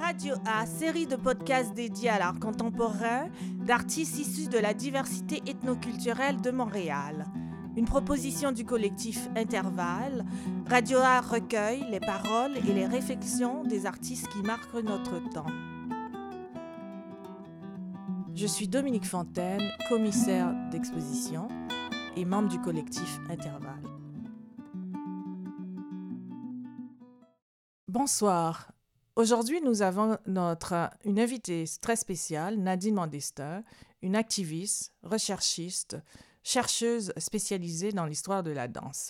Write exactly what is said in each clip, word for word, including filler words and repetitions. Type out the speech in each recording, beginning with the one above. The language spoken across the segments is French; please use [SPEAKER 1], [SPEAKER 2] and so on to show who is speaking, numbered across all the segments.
[SPEAKER 1] Radio A, série de podcasts dédiés à l'art contemporain d'artistes issus de la diversité ethnoculturelle de Montréal. Une proposition du collectif Intervalle, Radio A recueille les paroles et les réflexions des artistes qui marquent notre temps. Je suis Dominique Fontaine, commissaire d'exposition et membre du collectif Intervalle. Bonsoir. Aujourd'hui, nous avons notre, une invitée très spéciale, Nadine Mandestin, une activiste, recherchiste, chercheuse spécialisée dans l'histoire de la danse.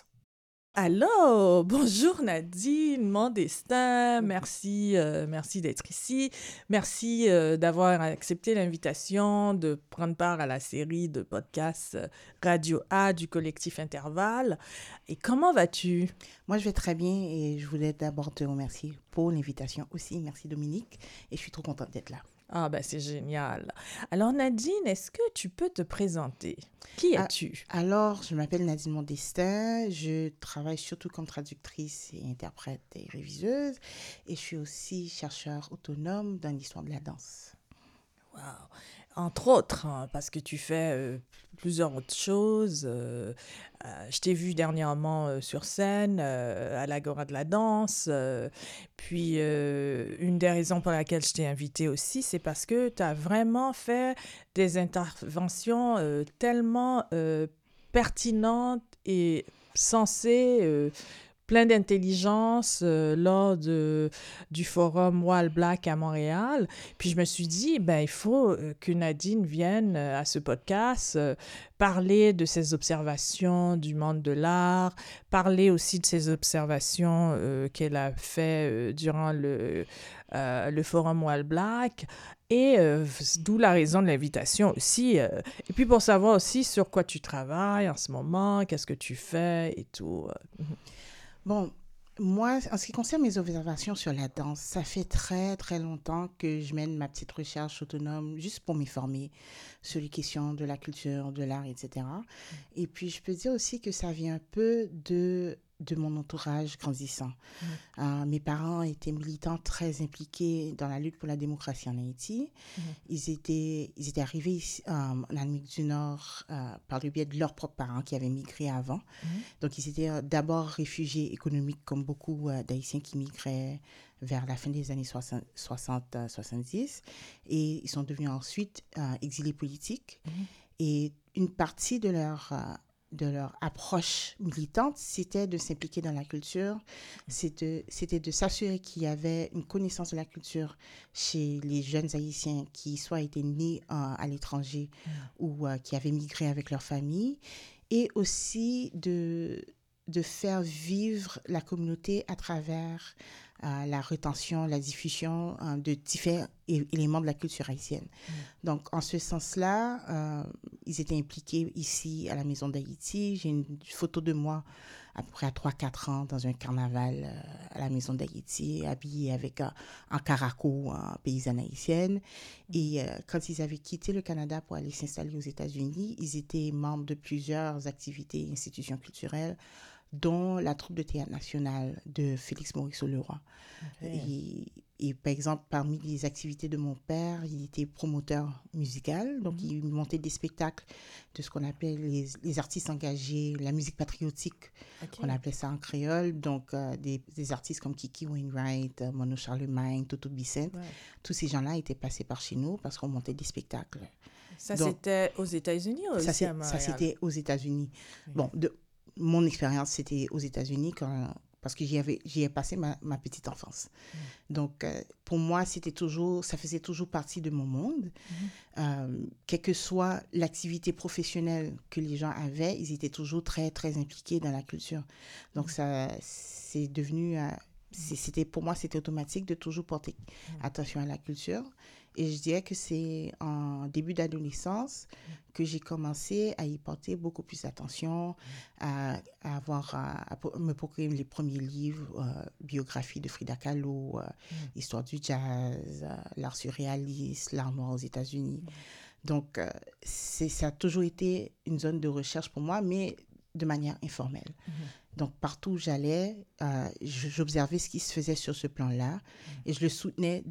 [SPEAKER 1] Allô, bonjour Nadine Mandestin, merci, euh, merci d'être ici, merci euh, d'avoir accepté l'invitation de prendre part à la série de podcasts Radio A du collectif Intervalle. Et comment vas-tu?
[SPEAKER 2] Moi, je vais très bien et je voulais d'abord te remercier pour l'invitation aussi. Merci Dominique et je suis trop contente d'être là.
[SPEAKER 1] Ah ben c'est génial. Alors Nadine, est-ce que tu peux te présenter? Qui es-tu?
[SPEAKER 2] Ah, alors, je m'appelle Nadine Mandestin. Je travaille surtout comme traductrice et interprète et réviseuse. Et je suis aussi chercheur autonome dans l'histoire de la danse.
[SPEAKER 1] Wow. Entre autres, hein, parce que tu fais euh, plusieurs autres choses. Euh, euh, je t'ai vu dernièrement euh, sur scène, euh, à l'Agora de la danse. Euh, puis, euh, une des raisons pour laquelle je t'ai invitée aussi, c'est parce que tu as vraiment fait des interventions euh, tellement euh, pertinentes et sensées, euh, plein d'intelligence euh, lors de, du forum Wall Black à Montréal. Puis je me suis dit, ben, il faut euh, que Nadine vienne euh, à ce podcast euh, parler de ses observations du monde de l'art, parler aussi de ses observations euh, qu'elle a fait euh, durant le, euh, le forum Wall Black. Et euh, d'où la raison de l'invitation aussi. Euh, et puis pour savoir aussi sur quoi tu travailles en ce moment, qu'est-ce que tu fais et tout. Euh.
[SPEAKER 2] Bon, moi, en ce qui concerne mes observations sur la danse, ça fait très, très longtemps que je mène ma petite recherche autonome juste pour m'informer sur les questions de la culture, de l'art, et cetera. Et puis, je peux dire aussi que ça vient un peu de, de mon entourage grandissant. Mmh. Euh, mes parents étaient militants très impliqués dans la lutte pour la démocratie en Haïti. Mmh. Ils étaient, ils étaient arrivés ici, euh, en Amérique du Nord euh, par le biais de leurs propres parents qui avaient migré avant. Mmh. Donc, ils étaient d'abord réfugiés économiques comme beaucoup euh, d'Haïtiens qui migraient vers la fin des années soixante soixante-dix. Et ils sont devenus ensuite euh, exilés politiques. Mmh. Et une partie de leur... Euh, de leur approche militante, c'était de s'impliquer dans la culture, c'était, c'était de s'assurer qu'il y avait une connaissance de la culture chez les jeunes Haïtiens qui soit étaient nés euh, à l'étranger mmh. ou euh, qui avaient migré avec leur famille, et aussi de, de faire vivre la communauté à travers euh, la rétention, la diffusion euh, de différents é- éléments de la culture haïtienne. Mmh. Donc, en ce sens-là, euh, ils étaient impliqués ici à la Maison d'Haïti. J'ai une photo de moi à peu près à trois quatre ans dans un carnaval euh, à la Maison d'Haïti, habillée avec un, un caraco, en paysanne haïtienne. Et euh, quand ils avaient quitté le Canada pour aller s'installer aux États-Unis, ils étaient membres de plusieurs activités et institutions culturelles, dont la troupe de théâtre national de Félix Morisseau-Leroy. Okay. Et, et par exemple, parmi les activités de mon père, il était promoteur musical, donc mm-hmm. il montait des spectacles de ce qu'on appelait les, les artistes engagés, la musique patriotique, okay. on appelait ça en créole, donc euh, des, des artistes comme Kiki Wainwright, euh, Mono Charlemagne, Toto Bicent, ouais. Tous ces gens-là étaient passés par chez nous parce qu'on montait des spectacles.
[SPEAKER 1] Ça, donc, c'était aux États-Unis ou
[SPEAKER 2] ça,
[SPEAKER 1] aussi à
[SPEAKER 2] ça, c'était aux États-Unis. Oui. Bon, de, mon expérience, c'était aux États-Unis quand, parce que j'y, avais, j'y ai passé ma, ma petite enfance. Mmh. Donc, euh, pour moi, c'était toujours, ça faisait toujours partie de mon monde. Mmh. Euh, quelle que soit l'activité professionnelle que les gens avaient, ils étaient toujours très, très impliqués dans la culture. Donc, mmh. ça, c'est devenu... Euh, c'est, c'était, pour moi, c'était automatique de toujours porter mmh. attention à la culture. Et je dirais que c'est en début d'adolescence que j'ai commencé à y porter beaucoup plus attention, à, à avoir, à, à me procurer les premiers livres, euh, biographie de Frida Kahlo, euh, mm. histoire du jazz, euh, l'art surréaliste, l'art noir aux États-Unis. Mm. Donc, euh, c'est, ça a toujours été une zone de recherche pour moi, mais de manière informelle. Mm-hmm. Donc, partout où j'allais, euh, j'observais ce qui se faisait sur ce plan-là mm. et je le soutenais de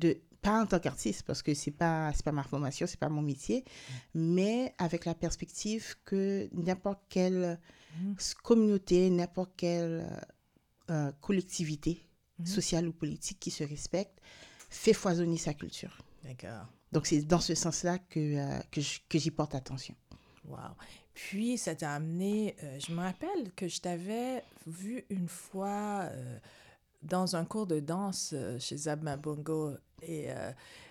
[SPEAKER 2] pas en tant qu'artiste, parce que c'est pas, c'est pas ma formation, c'est pas mon métier, mais avec la perspective que n'importe quelle
[SPEAKER 1] Mhm.
[SPEAKER 2] communauté, n'importe quelle euh, collectivité
[SPEAKER 1] Mhm.
[SPEAKER 2] sociale ou politique qui se respecte fait foisonner sa culture.
[SPEAKER 1] D'accord.
[SPEAKER 2] Donc, c'est dans ce sens-là que, euh, que, je- que j'y porte attention.
[SPEAKER 1] Wow. Puis, ça t'a amené... euh, je me rappelle que je t'avais vu une fois euh, dans un cours de danse euh, chez Zab Mabongo. Et euh,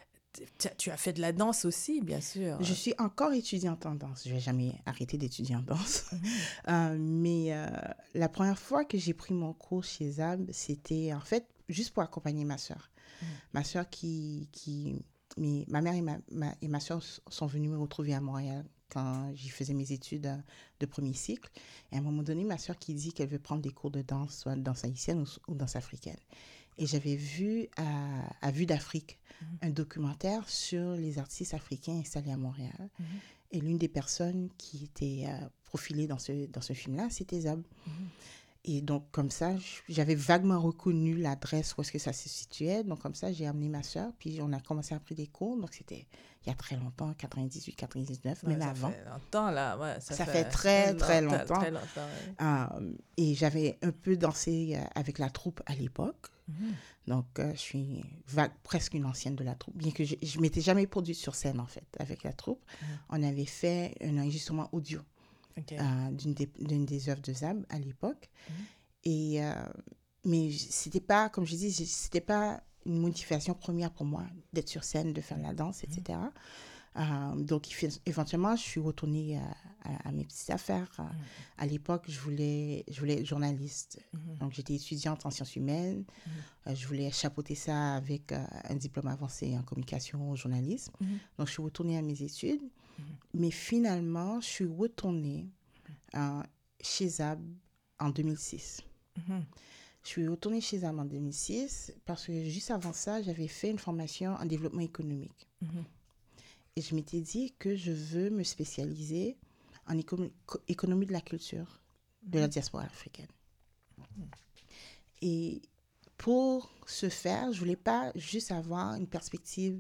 [SPEAKER 1] t- tu as fait de la danse aussi, bien sûr.
[SPEAKER 2] Je suis encore étudiante en danse. Je vais jamais arrêter d'étudier en danse.
[SPEAKER 1] Mhm.
[SPEAKER 2] Euh, mais euh, la première fois que j'ai pris mon cours chez Zab, c'était en fait juste pour accompagner ma soeur.
[SPEAKER 1] Mhm.
[SPEAKER 2] Ma soeur qui... qui mais ma mère et ma, ma, et ma soeur sont venues me retrouver à Montréal quand j'y faisais mes études euh, de premier cycle. Et à un moment donné, ma soeur qui dit qu'elle veut prendre des cours de danse, soit danse haïtienne ou, ou danse africaine. Et j'avais vu à, à Vue d'Afrique
[SPEAKER 1] Mhm.
[SPEAKER 2] un documentaire sur les artistes africains installés à Montréal.
[SPEAKER 1] Mhm.
[SPEAKER 2] Et l'une des personnes qui était euh, profilée dans ce, dans ce film-là, c'était Zab.
[SPEAKER 1] Mhm.
[SPEAKER 2] Et donc, comme ça, j'avais vaguement reconnu l'adresse où est-ce que ça se situait. Donc, comme ça, j'ai amené ma soeur, puis on a commencé à prendre des cours. Donc, c'était il y a très longtemps, quatre-vingt-dix-huit, quatre-vingt-dix-neuf,
[SPEAKER 1] Ouais,
[SPEAKER 2] même
[SPEAKER 1] ça
[SPEAKER 2] avant.
[SPEAKER 1] fait longtemps, là. Ouais, ça,
[SPEAKER 2] Ça
[SPEAKER 1] fait,
[SPEAKER 2] fait très, très
[SPEAKER 1] longtemps.
[SPEAKER 2] longtemps.
[SPEAKER 1] Très longtemps, ouais.
[SPEAKER 2] Euh, et j'avais un peu dansé euh, avec la troupe à l'époque.
[SPEAKER 1] Mhm.
[SPEAKER 2] Donc, euh, je suis vague, presque une ancienne de la troupe, bien que je ne m'étais jamais produite sur scène, en fait, avec la troupe.
[SPEAKER 1] Mhm.
[SPEAKER 2] On avait fait un enregistrement audio
[SPEAKER 1] OK.
[SPEAKER 2] euh, d'une des, d'une des œuvres de Zab à l'époque.
[SPEAKER 1] Mhm.
[SPEAKER 2] Et, euh, mais c'était pas, comme je dis, c'était pas une motivation première pour moi d'être sur scène, de faire de la danse, et cetera. Euh, donc, éventuellement, je suis retournée à, à, à mes petites affaires.
[SPEAKER 1] Mhm.
[SPEAKER 2] À l'époque, je voulais, je voulais être journaliste.
[SPEAKER 1] Mhm.
[SPEAKER 2] Donc, j'étais étudiante en sciences humaines.
[SPEAKER 1] Mhm.
[SPEAKER 2] Euh, je voulais chapeauter ça avec euh, un diplôme avancé en communication au journalisme.
[SPEAKER 1] Mhm.
[SPEAKER 2] Donc, je suis retournée à mes études.
[SPEAKER 1] Mhm.
[SPEAKER 2] Mais finalement, je suis retournée euh, chez Zab en deux mille six.
[SPEAKER 1] Mhm.
[SPEAKER 2] Je suis retournée chez Zab en deux mille six parce que juste avant ça, j'avais fait une formation en développement économique.
[SPEAKER 1] Mhm.
[SPEAKER 2] Et je m'étais dit que je veux me spécialiser en éco- économie de la culture de la diaspora africaine. Et pour ce faire, je ne voulais pas juste avoir une perspective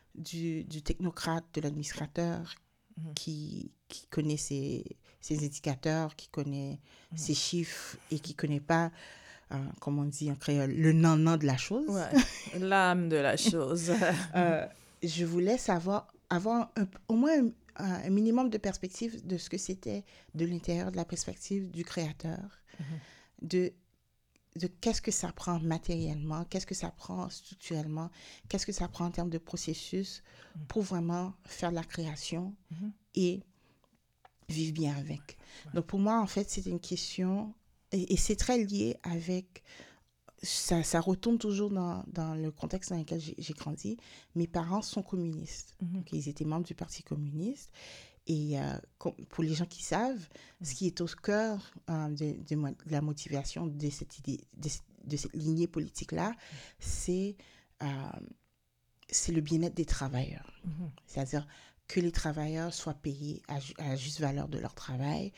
[SPEAKER 2] du, du technocrate, de l'administrateur
[SPEAKER 1] Mhm.
[SPEAKER 2] qui, qui connaît ses, ses indicateurs, qui connaît
[SPEAKER 1] Mhm.
[SPEAKER 2] ses chiffres et qui ne connaît pas, euh, comme on dit en créole, le nan-nan de la chose.
[SPEAKER 1] Ouais, l'âme de la chose.
[SPEAKER 2] Euh, je voulais savoir, avoir un- au moins un, un minimum de perspective de ce que c'était de l'intérieur de la perspective du créateur,
[SPEAKER 1] Mhm.
[SPEAKER 2] de, de qu'est-ce que ça prend matériellement, qu'est-ce que ça prend structurellement, qu'est-ce que ça prend en termes de processus pour vraiment faire de la création
[SPEAKER 1] Mhm.
[SPEAKER 2] et vivre bien avec.
[SPEAKER 1] Ouais.
[SPEAKER 2] Donc pour moi, en fait, c'était une question, et, et c'est très lié avec... Ça, ça retourne toujours dans, dans le contexte dans lequel j'ai, j'ai grandi. Mes parents sont communistes.
[SPEAKER 1] Mhm.
[SPEAKER 2] Donc, ils étaient membres du Parti communiste. Et euh, com- pour les gens qui savent, ce qui est au cœur euh, de, de, mo- de la motivation de cette idée, de, de cette lignée politique-là, c'est, euh, c'est le bien-être des travailleurs.
[SPEAKER 1] Mhm.
[SPEAKER 2] C'est-à-dire que les travailleurs soient payés à, ju- à la juste valeur de leur travail,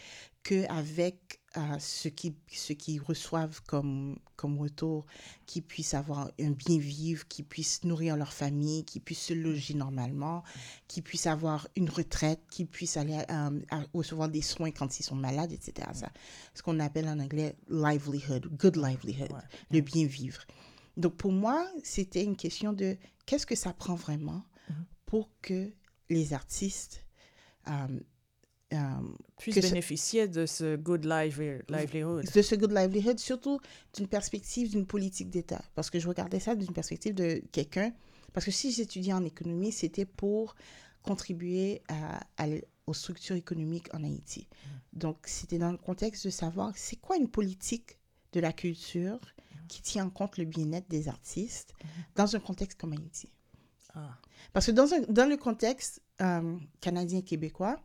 [SPEAKER 2] qu'avec euh, ce, qui, ce qu'ils reçoivent comme, comme retour, qu'ils puissent avoir un bien vivre, qu'ils puissent nourrir leur famille, qu'ils puissent se loger normalement, qu'ils puissent avoir une retraite, qu'ils puissent aller euh, à recevoir des soins quand ils sont malades, et cetera. Ça, ce qu'on appelle en anglais livelihood, good livelihood,
[SPEAKER 1] Ouais.
[SPEAKER 2] le bien vivre. Donc pour moi, c'était une question de qu'est-ce que ça prend vraiment
[SPEAKER 1] Mhm.
[SPEAKER 2] pour que les artistes euh, euh,
[SPEAKER 1] Puisse
[SPEAKER 2] que ce-
[SPEAKER 1] bénéficier de ce good lively- livelihood.
[SPEAKER 2] de ce good livelihood, surtout d'une perspective d'une politique d'État. Parce que je regardais ça d'une perspective de quelqu'un. Parce que si j'étudiais en économie, c'était pour contribuer à, à l- aux structures économiques en Haïti. Donc, c'était dans le contexte de savoir c'est quoi une politique de la culture qui tient en compte le bien-être des artistes dans un contexte comme Haïti.
[SPEAKER 1] Ah.
[SPEAKER 2] Parce que dans, un, dans le contexte euh, canadien-québécois,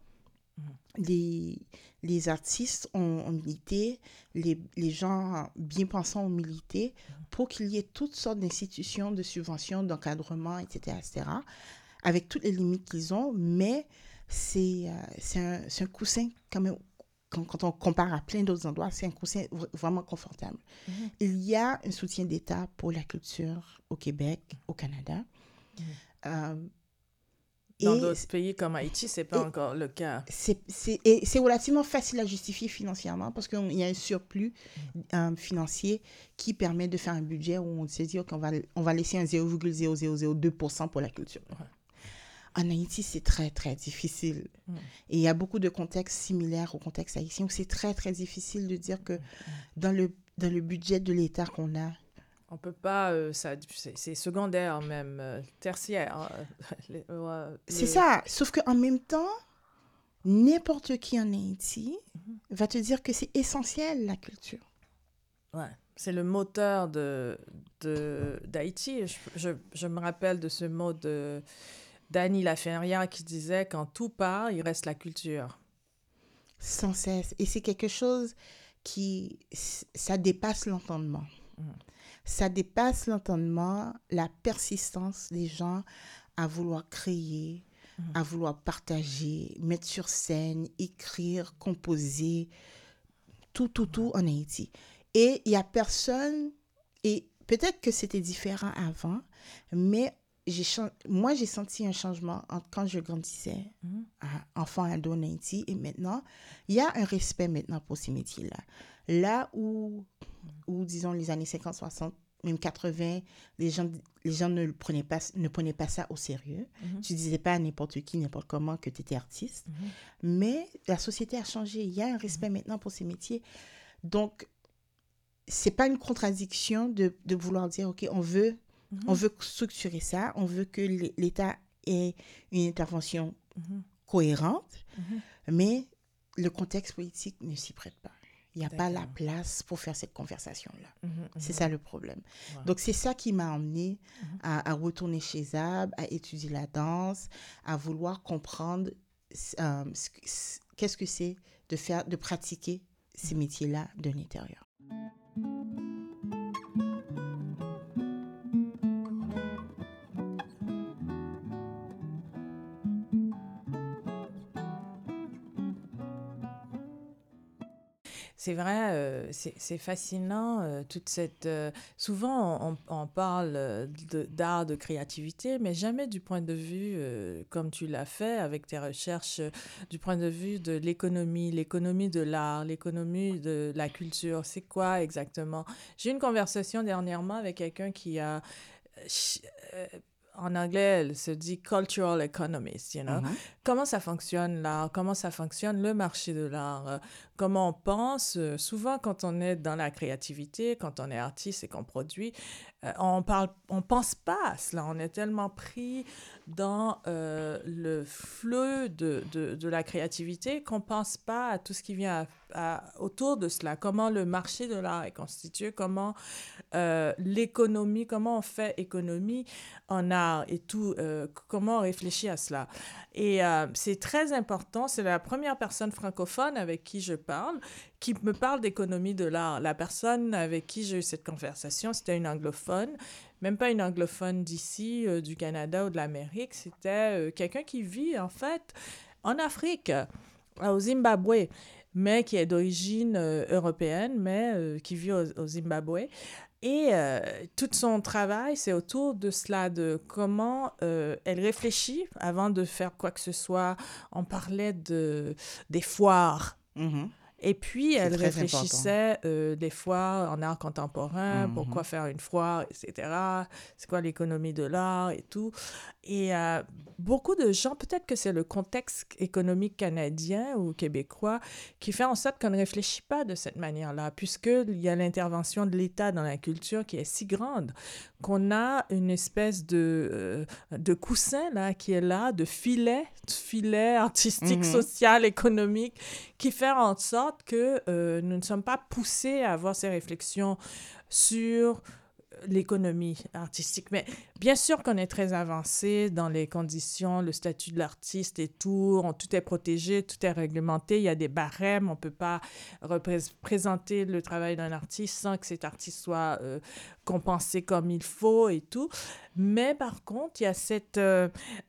[SPEAKER 2] les, les artistes ont, ont milité, les, les gens bien pensants ont milité pour qu'il y ait toutes sortes d'institutions de subventions, d'encadrement, et cetera, et cetera, avec toutes les limites qu'ils ont, mais c'est, euh, c'est, un, c'est un coussin quand même. Quand, quand on compare à plein d'autres endroits, c'est un coussin v- vraiment confortable.
[SPEAKER 1] Mhm.
[SPEAKER 2] Il y a un soutien d'État pour la culture au Québec, au Canada. Euh,
[SPEAKER 1] Dans
[SPEAKER 2] et
[SPEAKER 1] d'autres pays comme Haïti, c'est pas
[SPEAKER 2] et
[SPEAKER 1] encore le cas.
[SPEAKER 2] c'est, c'est, et c'est relativement facile à justifier financièrement parce qu'il y a un surplus euh, financier qui permet de faire un budget où on se dit qu'on va, on va laisser un zéro virgule zéro zéro zéro deux pour cent pour la culture.
[SPEAKER 1] Ouais.
[SPEAKER 2] En Haïti, c'est très, très difficile.
[SPEAKER 1] Mm.
[SPEAKER 2] Et il y a beaucoup de contextes similaires au contexte haïtien où c'est très, très difficile de dire que dans le, dans le budget de l'État qu'on a,
[SPEAKER 1] On peut pas, euh, ça, c'est, c'est secondaire même, euh, tertiaire. euh, les- ouais,
[SPEAKER 2] c'est
[SPEAKER 1] le-
[SPEAKER 2] ça. Sauf qu'en même temps, n'importe qui en Haïti va te dire que c'est essentiel, la culture.
[SPEAKER 1] ouais, c'est le moteur de, de, d'Haïti. Je, je, je me rappelle de ce mot de d'Annie Laferrière qui disait quand tout part, il reste la culture.
[SPEAKER 2] Sans cesse. Et c'est quelque chose qui, ça dépasse l'entendement.
[SPEAKER 1] Mm.
[SPEAKER 2] Ça dépasse l'entendement, la persistance des gens à vouloir créer,
[SPEAKER 1] Mm.
[SPEAKER 2] à vouloir partager, mettre sur scène, écrire, composer, tout, tout, tout en Haïti. Et il n'y a personne, et peut-être que c'était différent avant, mais j'ai, moi, j'ai senti un changement entre quand je grandissais,
[SPEAKER 1] Mm.
[SPEAKER 2] enfant ado en Haïti, et maintenant, il y a un respect maintenant pour ces métiers-là. Là où, où disons, les années cinquante, soixante, même quatre-vingts, les gens, les gens ne, le prenaient pas, ne prenaient pas ça au sérieux.
[SPEAKER 1] Mm-hmm.
[SPEAKER 2] Tu ne disais pas à n'importe qui, n'importe comment que tu étais artiste.
[SPEAKER 1] Mm-hmm.
[SPEAKER 2] Mais la société a changé. Il y a un respect mm-hmm. maintenant pour ces métiers. Donc, ce n'est pas une contradiction de, de vouloir dire, OK, on veut, mm-hmm. on veut structurer ça, on veut que l'État ait une intervention mm-hmm. cohérente, mm-hmm. mais le contexte politique ne s'y prête pas. Il n'y a D'accord. pas la place pour faire cette conversation-là. Mm-hmm, c'est mm-hmm. ça le problème. Ouais. Donc, c'est ça qui m'a emmené mm-hmm. à, à retourner chez Zab, à étudier la danse, à vouloir comprendre euh, ce, qu'est-ce que c'est de, faire, de pratiquer ces métiers-là de l'intérieur.
[SPEAKER 1] C'est vrai, euh, c'est, c'est fascinant, euh, toute cette... Euh, souvent, on, on parle de, d'art, de créativité, mais jamais du point de vue, euh, comme tu l'as fait avec tes recherches, euh, du point de vue de l'économie, l'économie de l'art, l'économie de la culture. C'est quoi exactement? J'ai eu une conversation dernièrement avec quelqu'un qui a... Euh, en anglais, elle se dit cultural economist, you know. Mm-hmm. Comment ça fonctionne l'art? Comment ça fonctionne le marché de l'art? Comment on pense? Souvent, quand on est dans la créativité, quand on est artiste et qu'on produit, euh, on parle, on pense pas à cela. On est tellement pris dans euh, le fleu de, de, de la créativité qu'on pense pas à tout ce qui vient à, à, autour de cela. Comment le marché de l'art est constitué? Comment euh, l'économie, comment on fait économie en art et tout, euh, comment on réfléchit à cela. Et euh, c'est très important, c'est la première personne francophone avec qui je parle, qui me parle d'économie de l'art. La personne avec qui j'ai eu cette conversation, c'était une anglophone, même pas une anglophone d'ici, euh, du Canada ou de l'Amérique, c'était euh, quelqu'un qui vit en fait en Afrique, au Zimbabwe, mais qui est d'origine euh, européenne, mais euh, qui vit au, au Zimbabwe. Et euh, tout son travail, c'est autour de cela, de comment euh, elle réfléchit avant de faire quoi que ce soit. On parlait de, des foires. Mm-hmm. Et puis, c'est elle réfléchissait euh, des foires en art contemporain, mm-hmm. pourquoi faire une foire, et cetera. C'est quoi l'économie de l'art et tout. Et euh, beaucoup de gens, peut-être que c'est le contexte économique canadien ou québécois qui fait en sorte qu'on ne réfléchit pas de cette manière-là, puisqu'il y a l'intervention de l'État dans la culture qui est si grande qu'on a une espèce de, euh, de coussin là, qui est là, de filet, de filet artistique, mm-hmm. social, économique, qui fait en sorte que euh, nous ne sommes pas poussés à avoir ces réflexions sur l'économie artistique. Mais bien sûr qu'on est très avancé dans les conditions, le statut de l'artiste et tout, on, tout est protégé, tout est réglementé, il y a des barèmes, on ne peut pas représenter le travail d'un artiste sans que cet artiste soit euh, compensé comme il faut et tout. Mais par contre, il y a cette, euh,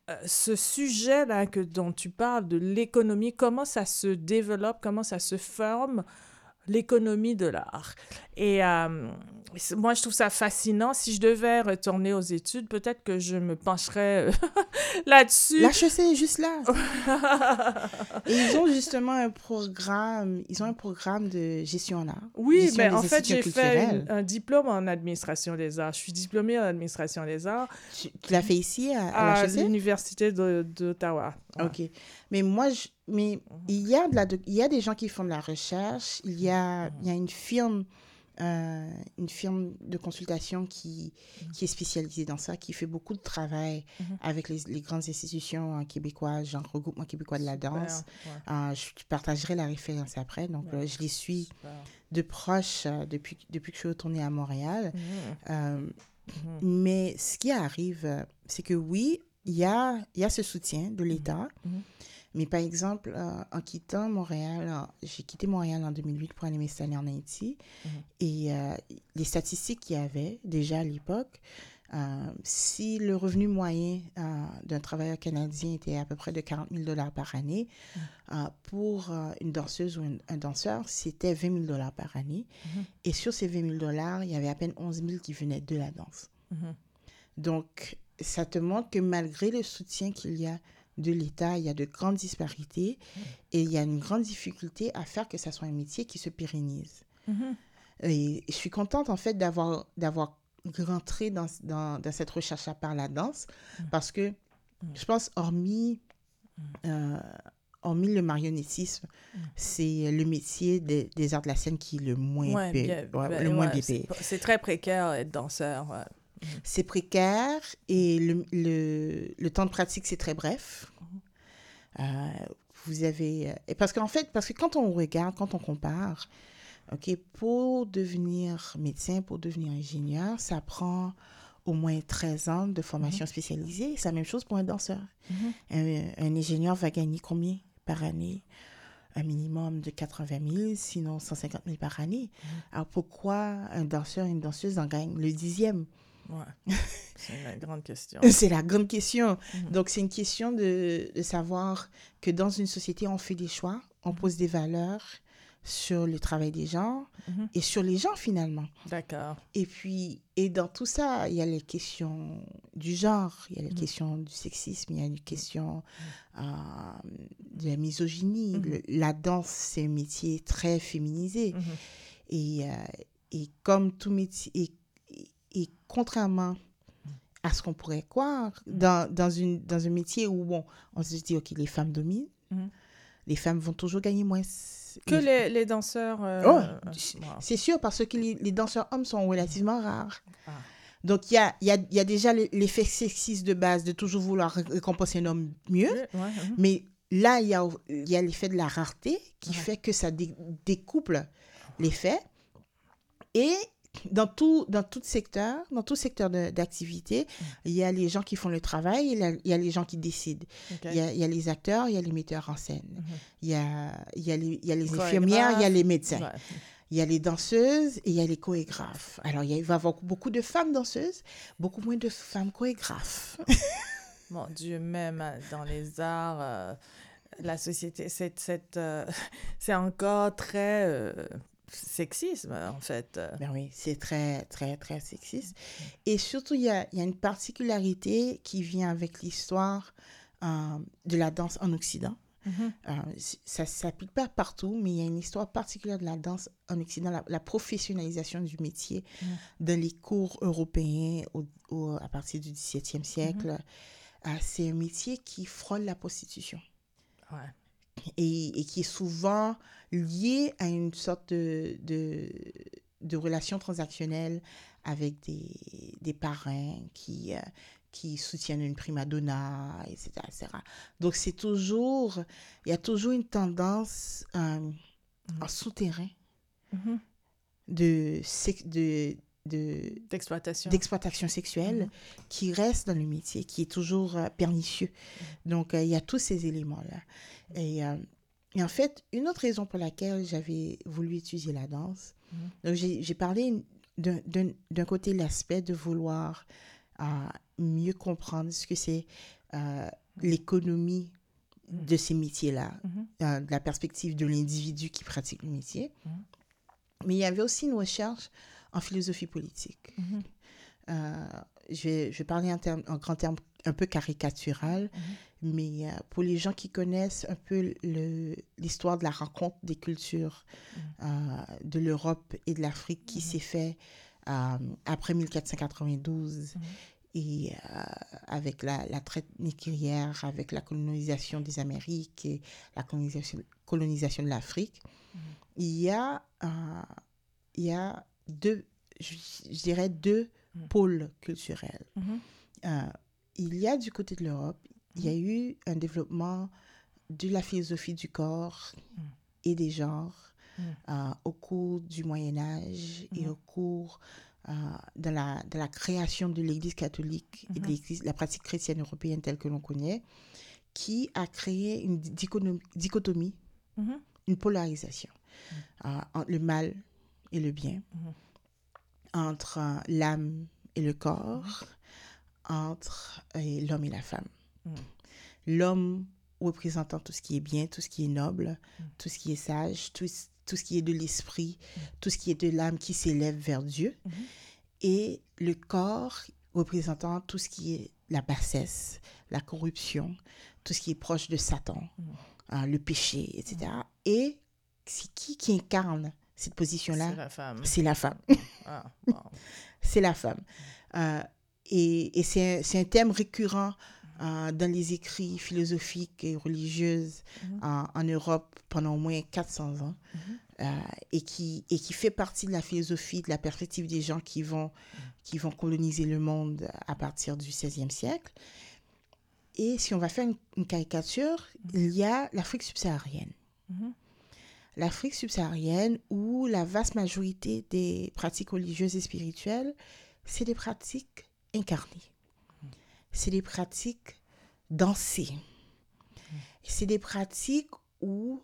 [SPEAKER 1] ce sujet-là que, dont tu parles, de l'économie, comment ça se développe, comment ça se forme l'économie de l'art. Et euh, c'est- moi, je trouve ça fascinant. Si je devais retourner aux études, peut-être que je me pencherais euh, là-dessus.
[SPEAKER 2] L'H E C est juste là. Et ils ont justement un programme, ils ont un programme de gestion en art,
[SPEAKER 1] Oui,
[SPEAKER 2] gestion
[SPEAKER 1] mais
[SPEAKER 2] des
[SPEAKER 1] en fait,
[SPEAKER 2] institutions
[SPEAKER 1] j'ai fait une-
[SPEAKER 2] culturelles.
[SPEAKER 1] un diplôme en administration des arts. Je suis diplômée en administration des arts
[SPEAKER 2] Tu, tu l'as fait ici à, à
[SPEAKER 1] à
[SPEAKER 2] l'H E C?
[SPEAKER 1] l'Université de- d'Ottawa. Ouais.
[SPEAKER 2] Ok. Mais moi, je, mais il y a de la, doc- il y a des gens qui font de la recherche. Il y a, il y a une firme, euh, une firme de consultation qui, qui est spécialisée dans ça, qui fait beaucoup de travail
[SPEAKER 1] Mhm.
[SPEAKER 2] avec les, les grandes institutions euh, québécoises, genre Regroupement québécois de la
[SPEAKER 1] Super,
[SPEAKER 2] danse.
[SPEAKER 1] ouais.
[SPEAKER 2] Euh, je te partagerai la référence après. Donc,
[SPEAKER 1] Ouais.
[SPEAKER 2] euh, je les suis
[SPEAKER 1] Super.
[SPEAKER 2] de proche euh, depuis, depuis que je suis retournée à Montréal.
[SPEAKER 1] Mhm.
[SPEAKER 2] Euh,
[SPEAKER 1] Mhm.
[SPEAKER 2] mais ce qui arrive, euh, c'est que oui, il y a, il y a ce soutien de l'État.
[SPEAKER 1] Mhm.
[SPEAKER 2] Mais par exemple, euh, en quittant Montréal, euh, j'ai quitté Montréal en deux mille huit pour aller m'installer en Haïti.
[SPEAKER 1] Mhm.
[SPEAKER 2] Et euh, les statistiques qu'il y avait déjà à l'époque, euh, si le revenu moyen euh, d'un travailleur canadien était à peu près de quarante mille dollars par année,
[SPEAKER 1] Mhm.
[SPEAKER 2] euh, pour euh, une danseuse ou un, un danseur, c'était vingt mille dollars par année.
[SPEAKER 1] Mhm.
[SPEAKER 2] Et sur ces vingt mille dollars, il y avait à peine onze mille qui venaient de la danse.
[SPEAKER 1] Mhm.
[SPEAKER 2] Donc, ça te montre que malgré le soutien qu'il y a de l'État, il y a de grandes disparités et il y a une grande difficulté à faire que ça soit un métier qui se pérennise.
[SPEAKER 1] Mhm.
[SPEAKER 2] Et je suis contente, en fait, d'avoir, d'avoir rentré dans, dans, dans cette recherche-là par la danse parce que je pense, hormis, euh, hormis le marionnettisme, c'est le métier des, des arts de la scène qui est le moins,
[SPEAKER 1] Ouais,
[SPEAKER 2] paie-
[SPEAKER 1] bien,
[SPEAKER 2] ouais,
[SPEAKER 1] ben,
[SPEAKER 2] le moins
[SPEAKER 1] ouais,
[SPEAKER 2] bien
[SPEAKER 1] c'est
[SPEAKER 2] payé.
[SPEAKER 1] pas- c'est très précaire être danseur. Ouais.
[SPEAKER 2] C'est précaire et le, le, le temps de pratique, c'est très bref. Euh, vous avez... Et parce qu'en fait, parce que quand on regarde, quand on compare, OK, pour devenir médecin, pour devenir ingénieur, ça prend au moins treize ans de formation spécialisée. C'est la même chose pour un danseur.
[SPEAKER 1] Mhm.
[SPEAKER 2] Un, un ingénieur va gagner combien par année? Un minimum de quatre-vingt mille, sinon cent cinquante mille par année. Alors pourquoi un danseur, une danseuse en gagne le dixième?
[SPEAKER 1] Ouais. C'est une grande question.
[SPEAKER 2] C'est la grande question.
[SPEAKER 1] Mhm.
[SPEAKER 2] Donc, c'est une question de, de savoir que dans une société, on fait des choix, on pose des valeurs sur le travail des gens
[SPEAKER 1] Mhm.
[SPEAKER 2] et sur les gens, finalement.
[SPEAKER 1] D'accord.
[SPEAKER 2] Et puis, et dans tout ça, il y a les questions du genre, il y a les
[SPEAKER 1] Mhm.
[SPEAKER 2] questions du sexisme, il y a les questions euh, de la misogynie.
[SPEAKER 1] Mhm.
[SPEAKER 2] Le- la danse, c'est un métier très féminisé.
[SPEAKER 1] Mhm.
[SPEAKER 2] Et, euh, et comme tout métier, et, et, et contrairement à ce qu'on pourrait croire, dans, dans, une, dans un métier où, bon, on se dit, OK, les femmes dominent,
[SPEAKER 1] Mhm.
[SPEAKER 2] les femmes vont toujours gagner moins.
[SPEAKER 1] Que
[SPEAKER 2] Les-
[SPEAKER 1] les, les danseurs...
[SPEAKER 2] Oh,
[SPEAKER 1] euh,
[SPEAKER 2] c-
[SPEAKER 1] wow.
[SPEAKER 2] c'est sûr, parce que les, les danseurs hommes sont relativement rares.
[SPEAKER 1] Ah.
[SPEAKER 2] Donc, il y a, il y, a, il y a déjà le- l'effet sexiste de base de toujours vouloir ré- récompenser un homme mieux.
[SPEAKER 1] Ouais, ouais, mhm.
[SPEAKER 2] Mais là, il y a, il y a l'effet de la rareté qui
[SPEAKER 1] Ouais.
[SPEAKER 2] fait que ça dé- découple l'effet. Et dans tout, dans tout secteur, dans tout secteur de- d'activité, il y a les gens qui font le travail, il y a, il y a les gens qui décident.
[SPEAKER 1] OK.
[SPEAKER 2] Il y, a, il y a les acteurs, il y a les metteurs en scène.
[SPEAKER 1] Mhm.
[SPEAKER 2] Il y a, il y a les, il y a les
[SPEAKER 1] Chorégraphe.
[SPEAKER 2] infirmières, il y a les médecins.
[SPEAKER 1] Ouais.
[SPEAKER 2] Il y a les danseuses et il y a les chorégraphes. Alors, il, y a- il va y avoir beaucoup de femmes danseuses, beaucoup moins de femmes chorégraphes.
[SPEAKER 1] Mon Dieu, même euh, dans les arts, euh, la société, c'est, c'est, euh, c'est encore très euh, sexisme, en fait.
[SPEAKER 2] Ben oui, c'est très, très, très sexiste. Et surtout, il y a, il y a une particularité qui vient avec l'histoire euh, de la danse en Occident.
[SPEAKER 1] Mhm.
[SPEAKER 2] Euh, c- ça ne s'applique pas partout, mais il y a une histoire particulière de la danse en Occident, la, la professionnalisation du métier
[SPEAKER 1] Mhm.
[SPEAKER 2] dans les cours européens au, au- à partir du dix-septième siècle. Euh, c'est un métier qui frôle la prostitution
[SPEAKER 1] Ouais.
[SPEAKER 2] et, et qui est souvent lié à une sorte de, de, de relation transactionnelle avec des, des parrains qui, euh, qui soutiennent une prima donna, et cetera, et cetera. Donc, c'est toujours, il y a toujours une tendance euh, en souterrain
[SPEAKER 1] Mhm.
[SPEAKER 2] de, sex- de, de,
[SPEAKER 1] D'exploitation.
[SPEAKER 2] d'exploitation sexuelle
[SPEAKER 1] Mhm.
[SPEAKER 2] qui reste dans le métier, qui est toujours euh, pernicieux. Donc, euh, il y a tous ces éléments-là. Et, euh, et en fait, une autre raison pour laquelle j'avais voulu étudier la danse,
[SPEAKER 1] Mhm.
[SPEAKER 2] donc j'ai, j'ai parlé d'un, d'un, d'un côté l'aspect de vouloir euh, mieux comprendre ce que c'est euh, l'économie de ces métiers-là,
[SPEAKER 1] Mhm.
[SPEAKER 2] euh, de la perspective de l'individu qui pratique le métier.
[SPEAKER 1] Mhm.
[SPEAKER 2] Mais il y avait aussi une recherche en philosophie politique.
[SPEAKER 1] Mhm.
[SPEAKER 2] Euh, je, vais, je vais parler en, terme, en grand termes un peu caricatural,
[SPEAKER 1] Mhm.
[SPEAKER 2] mais euh, pour les gens qui connaissent un peu le, l'histoire de la rencontre des cultures
[SPEAKER 1] Mhm.
[SPEAKER 2] euh, de l'Europe et de l'Afrique qui
[SPEAKER 1] Mhm.
[SPEAKER 2] s'est fait euh, après mille quatre cent quatre-vingt-douze,
[SPEAKER 1] Mhm.
[SPEAKER 2] et euh, avec la, la traite négrière, avec la colonisation des Amériques et la colonisation, colonisation de l'Afrique,
[SPEAKER 1] Mhm.
[SPEAKER 2] il y a, euh, il y a deux, je, je dirais deux
[SPEAKER 1] Mhm.
[SPEAKER 2] pôles culturels.
[SPEAKER 1] Mhm.
[SPEAKER 2] Euh, il y a du côté de l'Europe, il y a eu un développement de la philosophie du corps
[SPEAKER 1] Mhm.
[SPEAKER 2] et des genres
[SPEAKER 1] Mhm.
[SPEAKER 2] euh, au cours du Moyen Âge et
[SPEAKER 1] Mhm.
[SPEAKER 2] au cours euh, de, la, de la création de l'Église catholique et de
[SPEAKER 1] Mhm.
[SPEAKER 2] l'Église, la pratique chrétienne européenne telle que l'on connaît, qui a créé une dichotomie, dichotomie
[SPEAKER 1] Mhm.
[SPEAKER 2] une polarisation
[SPEAKER 1] Mhm.
[SPEAKER 2] euh, entre le mal et le bien,
[SPEAKER 1] Mhm.
[SPEAKER 2] entre euh, l'âme et le corps, entre euh, l'homme et la femme.
[SPEAKER 1] Mhm.
[SPEAKER 2] L'homme représentant tout ce qui est bien, tout ce qui est noble,
[SPEAKER 1] Mhm.
[SPEAKER 2] tout ce qui est sage, tout, tout ce qui est de l'esprit,
[SPEAKER 1] Mhm.
[SPEAKER 2] tout ce qui est de l'âme qui s'élève vers Dieu,
[SPEAKER 1] Mhm.
[SPEAKER 2] et le corps représentant tout ce qui est la bassesse, la corruption, tout ce qui est proche de Satan,
[SPEAKER 1] Mhm.
[SPEAKER 2] hein, le péché, et cetera. Et c'est qui qui incarne cette
[SPEAKER 1] C'est
[SPEAKER 2] position-là?
[SPEAKER 1] la femme.
[SPEAKER 2] C'est la femme.
[SPEAKER 1] Ah, wow.
[SPEAKER 2] C'est la femme. Euh, et et c'est, un, c'est un thème récurrent euh, dans les écrits philosophiques et religieux
[SPEAKER 1] Mhm.
[SPEAKER 2] euh, en Europe pendant au moins quatre cents ans,
[SPEAKER 1] Mhm.
[SPEAKER 2] euh, et, qui, et qui fait partie de la philosophie, de la perspective des gens qui vont, qui vont coloniser le monde à partir du seizième siècle. Et si on va faire une, une caricature, il y a l'Afrique subsaharienne.
[SPEAKER 1] Mhm.
[SPEAKER 2] L'Afrique subsaharienne, où la vaste majorité des pratiques religieuses et spirituelles, c'est des pratiques incarnées. C'est des pratiques dansées. C'est des pratiques où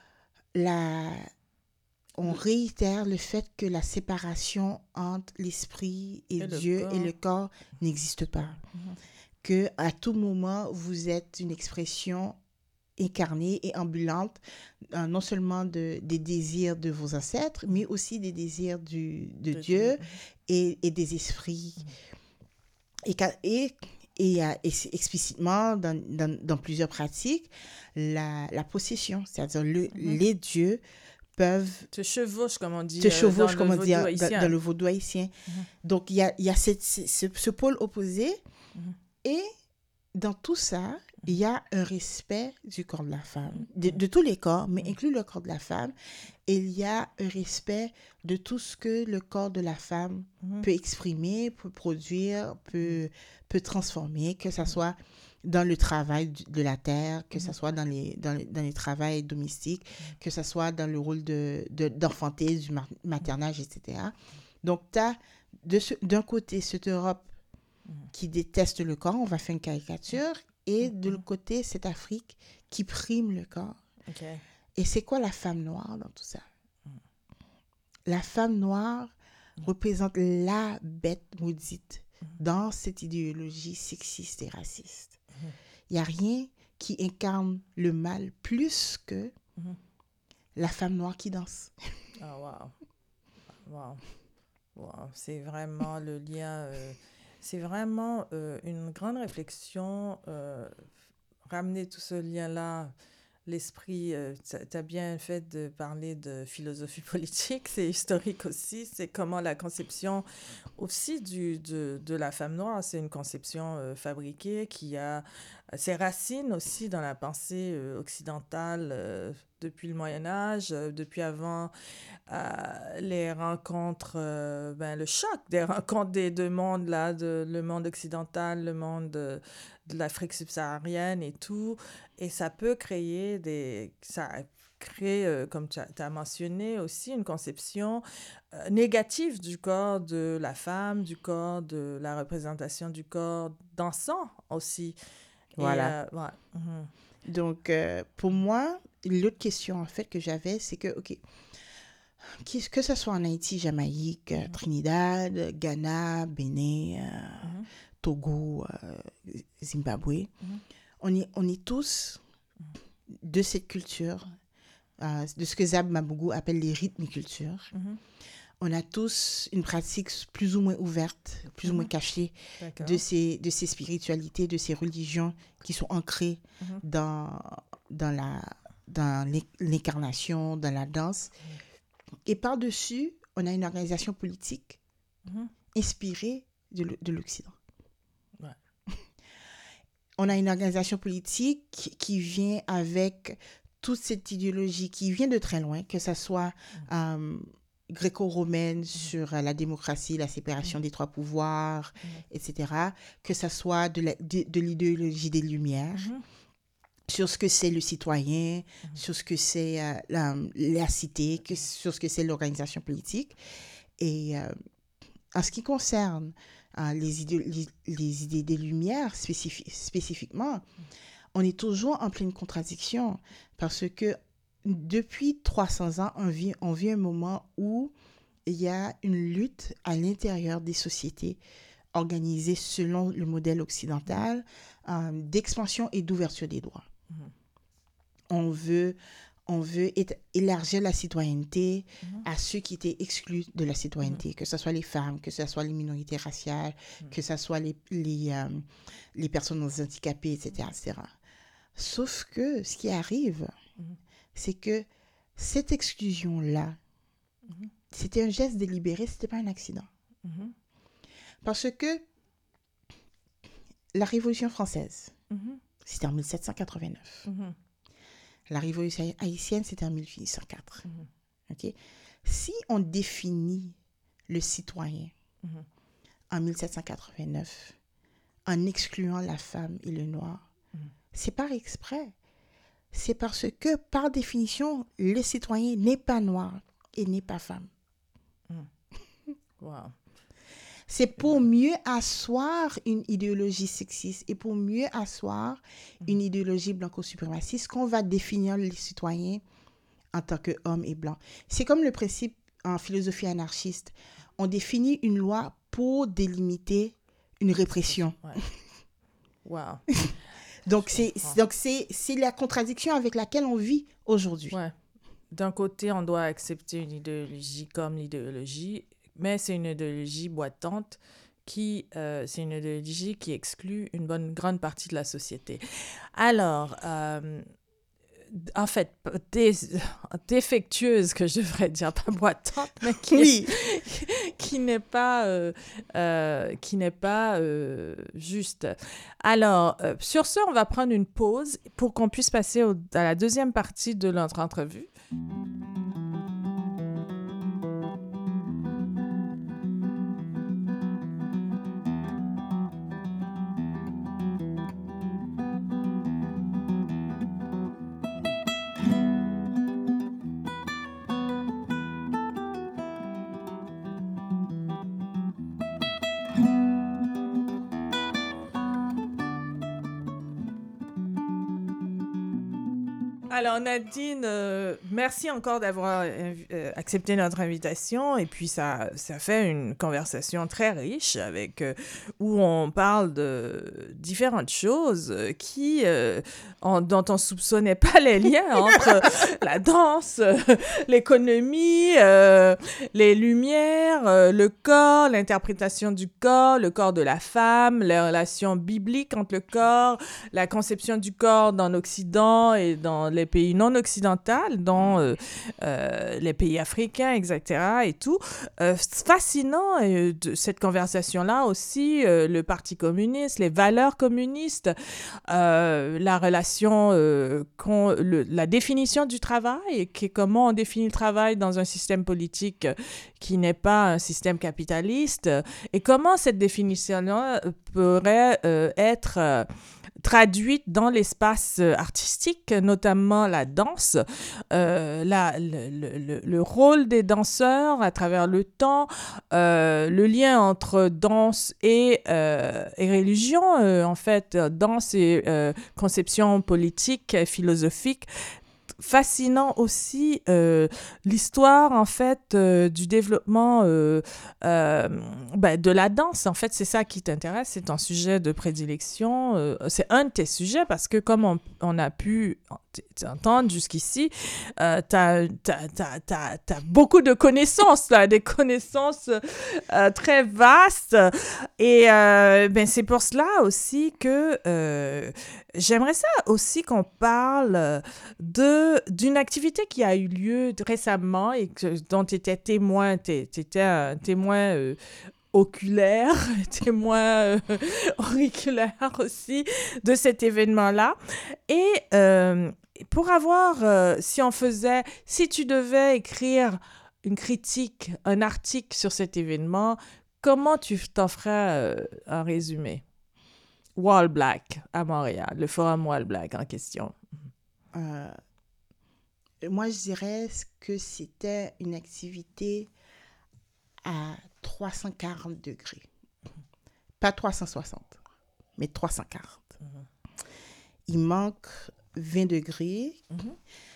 [SPEAKER 2] la, on réitère le fait que la séparation entre l'esprit et
[SPEAKER 1] Et le
[SPEAKER 2] Dieu et
[SPEAKER 1] corps.
[SPEAKER 2] le corps n'existe pas.
[SPEAKER 1] Mhm.
[SPEAKER 2] Que à tout moment, vous êtes une expression incarnée et ambulante, euh, non seulement de, des désirs de vos ancêtres, mais aussi des désirs du, de
[SPEAKER 1] De Dieu.
[SPEAKER 2] Dieu et, et des esprits. Et, et, et, euh, et c'est explicitement, dans, dans, dans plusieurs pratiques, la, la possession, c'est-à-dire le,
[SPEAKER 1] Mhm.
[SPEAKER 2] les dieux peuvent
[SPEAKER 1] Te chevauche, comme on
[SPEAKER 2] te
[SPEAKER 1] dit euh, dans
[SPEAKER 2] chevauchent,
[SPEAKER 1] le
[SPEAKER 2] comment
[SPEAKER 1] vaudou
[SPEAKER 2] dire, dans, dans
[SPEAKER 1] haïtien.
[SPEAKER 2] le vaudou haïtien.
[SPEAKER 1] Mhm.
[SPEAKER 2] Donc, il y a, il y a cette, ce, ce pôle opposé.
[SPEAKER 1] Mhm.
[SPEAKER 2] Et dans tout ça, il y a un respect du corps de la femme, de,
[SPEAKER 1] Mhm.
[SPEAKER 2] de tous les corps, mais
[SPEAKER 1] Mhm.
[SPEAKER 2] inclus le corps de la femme. Et il y a un respect de tout ce que le corps de la femme
[SPEAKER 1] Mhm.
[SPEAKER 2] peut exprimer, peut produire, peut, peut transformer, que ce soit dans le travail du- de la terre, que ce
[SPEAKER 1] Mhm.
[SPEAKER 2] soit dans les, dans les, dans les travails domestiques, que ce soit dans le rôle de, de, d'enfanter, du ma- maternage, et cetera. Donc, tu as d'un côté cette Europe qui déteste le corps, on va faire une caricature, et de l'autre côté, cette Afrique qui prime le corps.
[SPEAKER 1] Ok.
[SPEAKER 2] Et c'est quoi la femme noire dans tout ça? La femme noire représente la bête maudite dans cette idéologie sexiste et raciste. Il n'y a rien qui incarne le mal plus que la femme noire qui danse.
[SPEAKER 1] Ah, wow. Wow. Wow. C'est vraiment le lien. euh, c'est vraiment euh, une grande réflexion. euh, ramener tout ce lien-là, l'esprit. euh, tu as bien fait de parler de philosophie politique. C'est historique aussi. C'est comment la conception aussi du, de, de la femme noire, c'est une conception euh, fabriquée qui a ses racines aussi dans la pensée euh, occidentale euh, depuis le Moyen Âge, euh, depuis avant euh, les rencontres, euh, ben, le choc des rencontres des deux mondes, là, de, le monde occidental, le monde de, de l'Afrique subsaharienne et tout. Et ça peut créer des... Ça crée, euh, comme tu as, as mentionné aussi, une conception euh, négative du corps de la femme, du corps, de la représentation du corps dansant aussi. Et
[SPEAKER 2] Voilà.
[SPEAKER 1] euh, ouais. Mhm.
[SPEAKER 2] Donc, euh, pour moi, l'autre question, en fait, que j'avais, c'est que, OK, Qui- que ce soit en Haïti, Jamaïque, euh, Trinidad, Ghana, Bénin, euh,
[SPEAKER 1] Mhm.
[SPEAKER 2] Togo, euh, Zimbabwe,
[SPEAKER 1] Mhm.
[SPEAKER 2] on est, on est tous de cette culture euh, de ce que Zab Mabougou appelle les rythmicultures. Mm-hmm. On a tous une pratique plus ou moins ouverte, plus mm-hmm. ou moins cachée de ces, de ces spiritualités, de ces religions qui sont ancrées mm-hmm. dans, dans, la, dans l'incarnation, dans la danse. Mm-hmm. Et par-dessus, on a une organisation politique mm-hmm. inspirée de, de l'Occident. Ouais. On a une organisation politique qui, qui vient avec toute cette idéologie qui vient de très loin, que ce soit mm-hmm. euh, gréco-romaine mm-hmm. sur la démocratie, la séparation mm-hmm. des trois pouvoirs, mm-hmm. et cetera, que ce soit de, la, de, de l'idéologie des Lumières, mm-hmm. sur ce que c'est le citoyen, mm-hmm. sur ce que c'est euh, la, la cité, que, sur ce que c'est l'organisation politique. Et euh, en ce qui concerne euh, les, idées, les, les idées des Lumières spécifi- spécifiquement, mm-hmm. on est toujours en pleine contradiction parce que depuis trois cents ans, on vit, on vit un moment où il y a une lutte à l'intérieur des sociétés organisées selon le modèle occidental euh, d'expansion et d'ouverture des droits. Mm-hmm. On veut, on veut é- élargir la citoyenneté mm-hmm. à ceux qui étaient exclus de la citoyenneté, mm-hmm. que ce soit les femmes, que ce soit les minorités raciales, mm-hmm. que ce soit les, les, euh, les personnes handicapées, et cetera, et cetera. Sauf que ce qui arrive, mm-hmm. c'est que cette exclusion-là, mm-hmm. c'était un geste délibéré, ce n'était pas un accident. Mm-hmm. Parce que la Révolution française, mm-hmm. c'était en dix-sept cent quatre-vingt-neuf. Mm-hmm. La Révolution haïtienne, c'était en dix-huit cent quatre. Mm-hmm. Okay? Si on définit le citoyen mm-hmm. en dix-sept cent quatre-vingt-neuf en excluant la femme et le noir, mm-hmm. c'est par exprès. C'est parce que, par définition, le citoyen n'est pas noir et n'est pas femme. Mm. Wow. C'est pour mieux asseoir une idéologie sexiste et pour mieux asseoir mm. une idéologie blanco-suprémaciste qu'on va définir les citoyens en tant qu'hommes et blancs. C'est comme le principe en philosophie anarchiste. On définit une loi pour délimiter une répression. Ouais. Wow. Donc, c'est, c'est, donc c'est, c'est la contradiction avec laquelle on vit aujourd'hui.
[SPEAKER 1] Ouais. D'un côté, on doit accepter une idéologie comme l'idéologie, mais c'est une idéologie boitante qui, euh, c'est une idéologie qui exclut une bonne grande partie de la société. Alors, euh, en fait, dé, défectueuse, que je devrais dire, pas boitante, mais qui, oui. est, qui n'est pas, euh, euh, qui n'est pas euh, juste. Alors, euh, sur ce, on va prendre une pause pour qu'on puisse passer au, à la deuxième partie de notre entrevue. Alors Nadine, euh, merci encore d'avoir euh, accepté notre invitation et puis ça, ça fait une conversation très riche avec, euh, où on parle de différentes choses qui, euh, en, dont on ne soupçonnait pas les liens entre la danse, euh, l'économie, euh, les lumières, euh, le corps, l'interprétation du corps, le corps de la femme, les relations bibliques entre le corps, la conception du corps dans l'Occident et dans les pays non occidentaux, dont euh, euh, les pays africains, et cetera et tout. Euh, fascinant euh, de cette conversation-là aussi, euh, le Parti communiste, les valeurs communistes, euh, la relation, euh, con, le, la définition du travail, qui, comment on définit le travail dans un système politique qui n'est pas un système capitaliste, et comment cette définition-là pourrait euh, être... Euh, traduite dans l'espace artistique, notamment la danse, euh, la, le, le, le rôle des danseurs à travers le temps, euh, le lien entre danse et, euh, et religion, euh, en fait, danse et euh, conception politique, philosophique, fascinant aussi euh, l'histoire en fait euh, du développement euh, euh, ben, de la danse. En fait, c'est ça qui t'intéresse, c'est ton sujet de prédilection. Euh, c'est un de tes sujets parce que comme on, on a pu entendre jusqu'ici, euh, t'as, t'as, t'as, t'as, t'as beaucoup de connaissances, là, des connaissances euh, très vastes. Et euh, ben, c'est pour cela aussi que euh, j'aimerais ça aussi qu'on parle de, d'une activité qui a eu lieu récemment et que, dont tu étais témoin, tu étais un témoin euh, oculaire, témoin euh, auriculaire aussi de cet événement-là. Et euh, pour avoir, euh, si on faisait, si tu devais écrire une critique, un article sur cet événement, comment tu t'en ferais euh, un résumé? Wall Black à Montréal, le forum Wall Black en question.
[SPEAKER 2] Euh, moi, je dirais que c'était une activité à trois cent quarante degrés. Pas trois cent soixante, mais trois cent quarante. Mm-hmm. Il manque vingt degrés. Mm-hmm.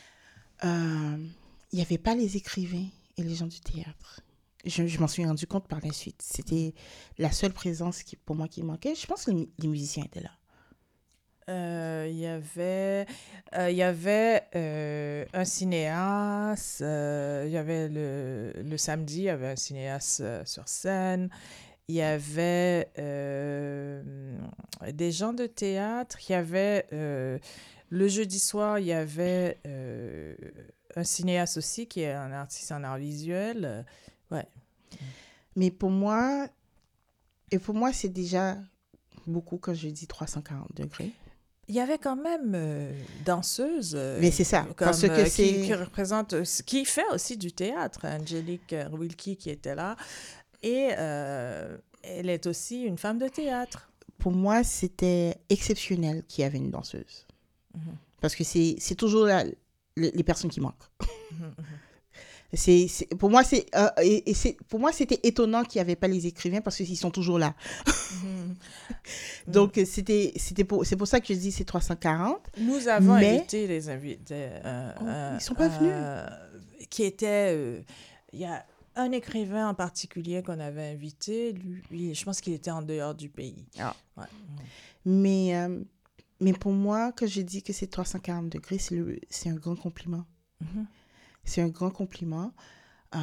[SPEAKER 2] Euh, il n'y avait pas les écrivains et les gens du théâtre. Je, je m'en suis rendu compte par la suite. C'était la seule présence qui, pour moi qui manquait. Je pense que les, les musiciens étaient là.
[SPEAKER 1] Il euh, y avait, euh, y avait euh, un cinéaste, il euh, y avait le, le samedi, il y avait un cinéaste euh, sur scène, il y avait euh, des gens de théâtre, il y avait euh, le jeudi soir, il y avait euh, un cinéaste aussi qui est un artiste en art visuel. Euh, ouais.
[SPEAKER 2] Mais pour moi, et pour moi, c'est déjà beaucoup quand je dis trois cent quarante degrés.
[SPEAKER 1] Il y avait quand même euh, danseuse. Euh,
[SPEAKER 2] Mais c'est ça,
[SPEAKER 1] comme,
[SPEAKER 2] parce que
[SPEAKER 1] euh,
[SPEAKER 2] c'est...
[SPEAKER 1] Qui, qui représente, qui fait aussi du théâtre, Angélique Wilkie qui était là. Et euh, elle est aussi une femme de théâtre.
[SPEAKER 2] Pour moi, c'était exceptionnel qu'il y avait une danseuse. Mm-hmm. Parce que c'est, c'est toujours la, les, les personnes qui manquent. Mm-hmm. C'est, c'est, pour, moi, c'est, euh, et, et c'est, pour moi, c'était étonnant qu'il n'y avait pas les écrivains parce qu'ils sont toujours là. Mm-hmm. Donc, mm-hmm. c'était, c'était pour, c'est pour ça que je dis c'est trois cent quarante.
[SPEAKER 1] Nous avons mais... invité les invités. Euh,
[SPEAKER 2] oh,
[SPEAKER 1] euh,
[SPEAKER 2] ils ne sont pas venus.
[SPEAKER 1] Euh, qui étaient... Il euh, y a un écrivain en particulier qu'on avait invité. Lui, lui, je pense qu'il était en dehors du pays.
[SPEAKER 2] Ah. Ouais. Mais, euh, mais pour moi, quand je dis que c'est trois cent quarante degrés, c'est, le, c'est un grand compliment. Mm-hmm. C'est un grand compliment euh,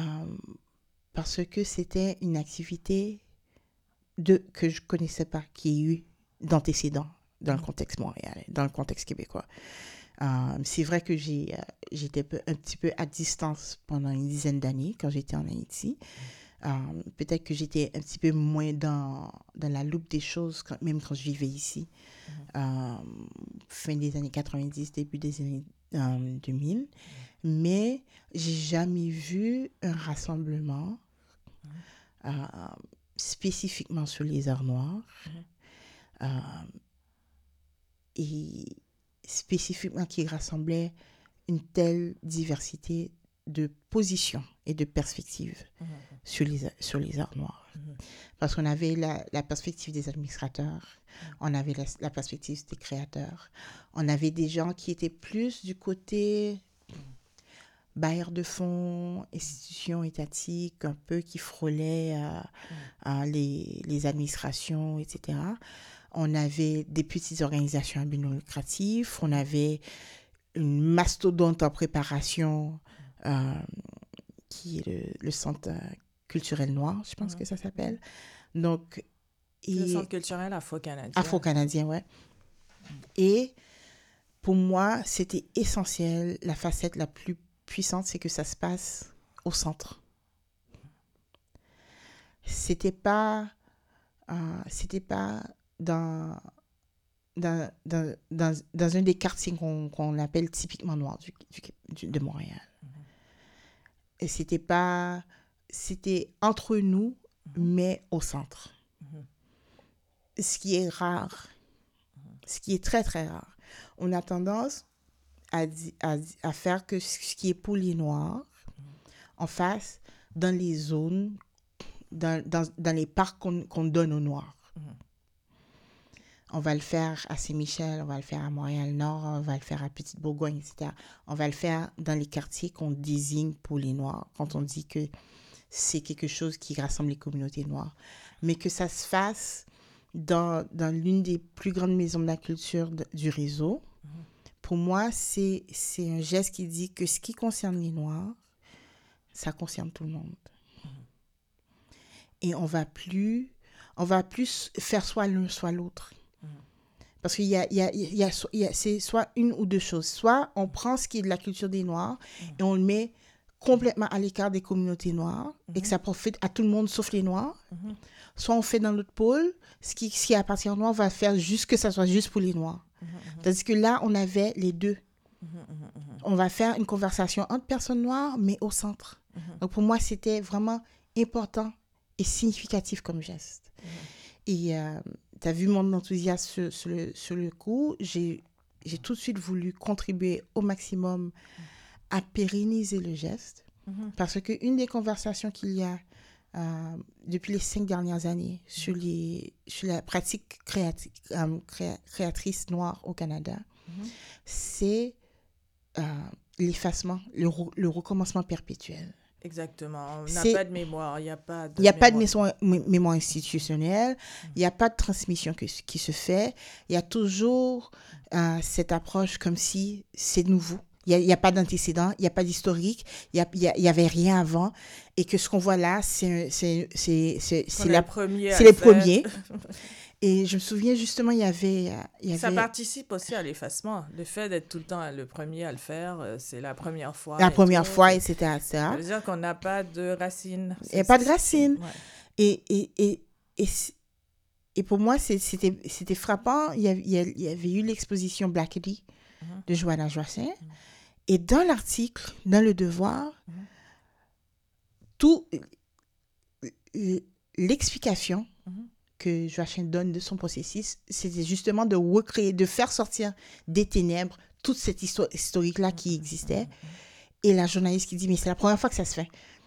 [SPEAKER 2] parce que c'était une activité de, que je ne connaissais pas, qui a eu d'antécédents dans le contexte montréalais, dans le contexte québécois. Euh, c'est vrai que j'ai, euh, j'étais un petit peu à distance pendant une dizaine d'années quand j'étais en Haïti. Euh, peut-être que j'étais un petit peu moins dans, dans la loupe des choses, quand, même quand je vivais ici. Mm-hmm. Euh, fin des années quatre-vingt-dix, début des années euh, deux mille. Mm-hmm. Mais j'ai jamais vu un rassemblement mm-hmm. euh, spécifiquement sur les arts noirs mm-hmm. euh, et spécifiquement qui rassemblait une telle diversité de positions et de perspectives mm-hmm. sur, les, sur les arts noirs. Mm-hmm. Parce qu'on avait la, la perspective des administrateurs, mm-hmm. on avait la, la perspective des créateurs, on avait des gens qui étaient plus du côté bailleurs de fonds, institutions étatiques, un peu qui frôlaient euh, mm-hmm. euh, les, les administrations, et cetera. On avait des petites organisations à but non lucratif, on avait une mastodonte en préparation euh, qui est le, le Centre culturel noir, je pense mmh. que ça s'appelle. Donc,
[SPEAKER 1] et... Le Centre culturel afro-canadien.
[SPEAKER 2] Afro-canadien, ouais. Et pour moi, c'était essentiel. La facette la plus puissante, c'est que ça se passe au centre. C'était pas... Euh, c'était pas dans... Dans, dans, dans, dans un des quartiers qu'on, qu'on appelle typiquement noirs du, du, de Montréal. Mm-hmm. Et c'était pas... C'était entre nous, mm-hmm. mais au centre. Mm-hmm. Ce qui est rare. Mm-hmm. Ce qui est très, très rare. On a tendance à, à, à faire que ce qui est pour les Noirs, mm-hmm. en face, dans les zones, dans, dans, dans les parcs qu'on, qu'on donne aux Noirs. Mm-hmm. On va le faire à Saint-Michel, on va le faire à Montréal-Nord, on va le faire à Petite-Bourgogne, et cetera. On va le faire dans les quartiers qu'on désigne pour les Noirs, quand on dit que c'est quelque chose qui rassemble les communautés noires. Mais que ça se fasse dans, dans l'une des plus grandes maisons de la culture de, du réseau, mm-hmm. pour moi, c'est, c'est un geste qui dit que ce qui concerne les Noirs, ça concerne tout le monde. Mm-hmm. Et on va plus, on va plus faire soit l'un, soit l'autre. Mm-hmm. Parce qu'il y a, il y a, il y a, il y a, c'est soit une ou deux choses. Soit on prend ce qui est de la culture des Noirs mm-hmm. et on le met complètement à l'écart des communautés noires mm-hmm. et que ça profite à tout le monde sauf les Noirs. Mm-hmm. Soit on fait dans l'autre pôle, ce qui, ce qui appartient aux Noirs, on va faire juste que ça soit juste pour les Noirs. Mm-hmm. Tandis que là, on avait les deux. Mm-hmm. On va faire une conversation entre personnes noires, mais au centre. Mm-hmm. Donc pour moi, c'était vraiment important et significatif comme geste. Mm-hmm. Et euh, tu as vu mon enthousiasme sur, sur, le, sur le coup. J'ai, j'ai tout de suite voulu contribuer au maximum à pérenniser le geste. Mm-hmm. Parce qu'une des conversations qu'il y a euh, depuis les cinq dernières années mm-hmm. sur, les, sur la pratique créati- euh, créa- créatrice noire au Canada, mm-hmm. c'est euh, l'effacement, le, re- le recommencement perpétuel.
[SPEAKER 1] Exactement. On n'a pas de mémoire. Il n'y a pas de
[SPEAKER 2] Il n'y a
[SPEAKER 1] mémoire.
[SPEAKER 2] pas de mémoire, mé- mémoire institutionnelle. Il mmh. n'y a pas de transmission que, qui se fait. Il y a toujours euh, cette approche comme si c'est nouveau. Il n'y a, a pas d'antécédent, il n'y a pas d'historique, il n'y avait rien avant. Et que ce qu'on voit là, c'est, c'est, c'est, c'est, c'est, la, c'est les premiers. Et je me souviens justement, il y avait... Il y avait...
[SPEAKER 1] Ça participe aussi à l'effacement. Le fait d'être tout le temps le premier à le faire, c'est la première fois.
[SPEAKER 2] La première tout. fois, et cetera, et cetera.
[SPEAKER 1] Ça veut dire qu'on n'a pas de racines.
[SPEAKER 2] Il n'y a pas de racines. Ouais. Et, et, et, et, et pour moi, c'est, c'était, c'était frappant. Il y, avait, il y avait eu l'exposition Blackity mm-hmm. de Joanna Joassin. Mm-hmm. Et dans l'article, dans Le Devoir, mm-hmm. tout l'explication mm-hmm. que Joachim donne de son processus, c'était justement de recréer, de faire sortir des ténèbres toute cette histoire historique-là mm-hmm. qui existait. Mm-hmm. Et la journaliste qui dit, mais c'est la première fois que ça se fait.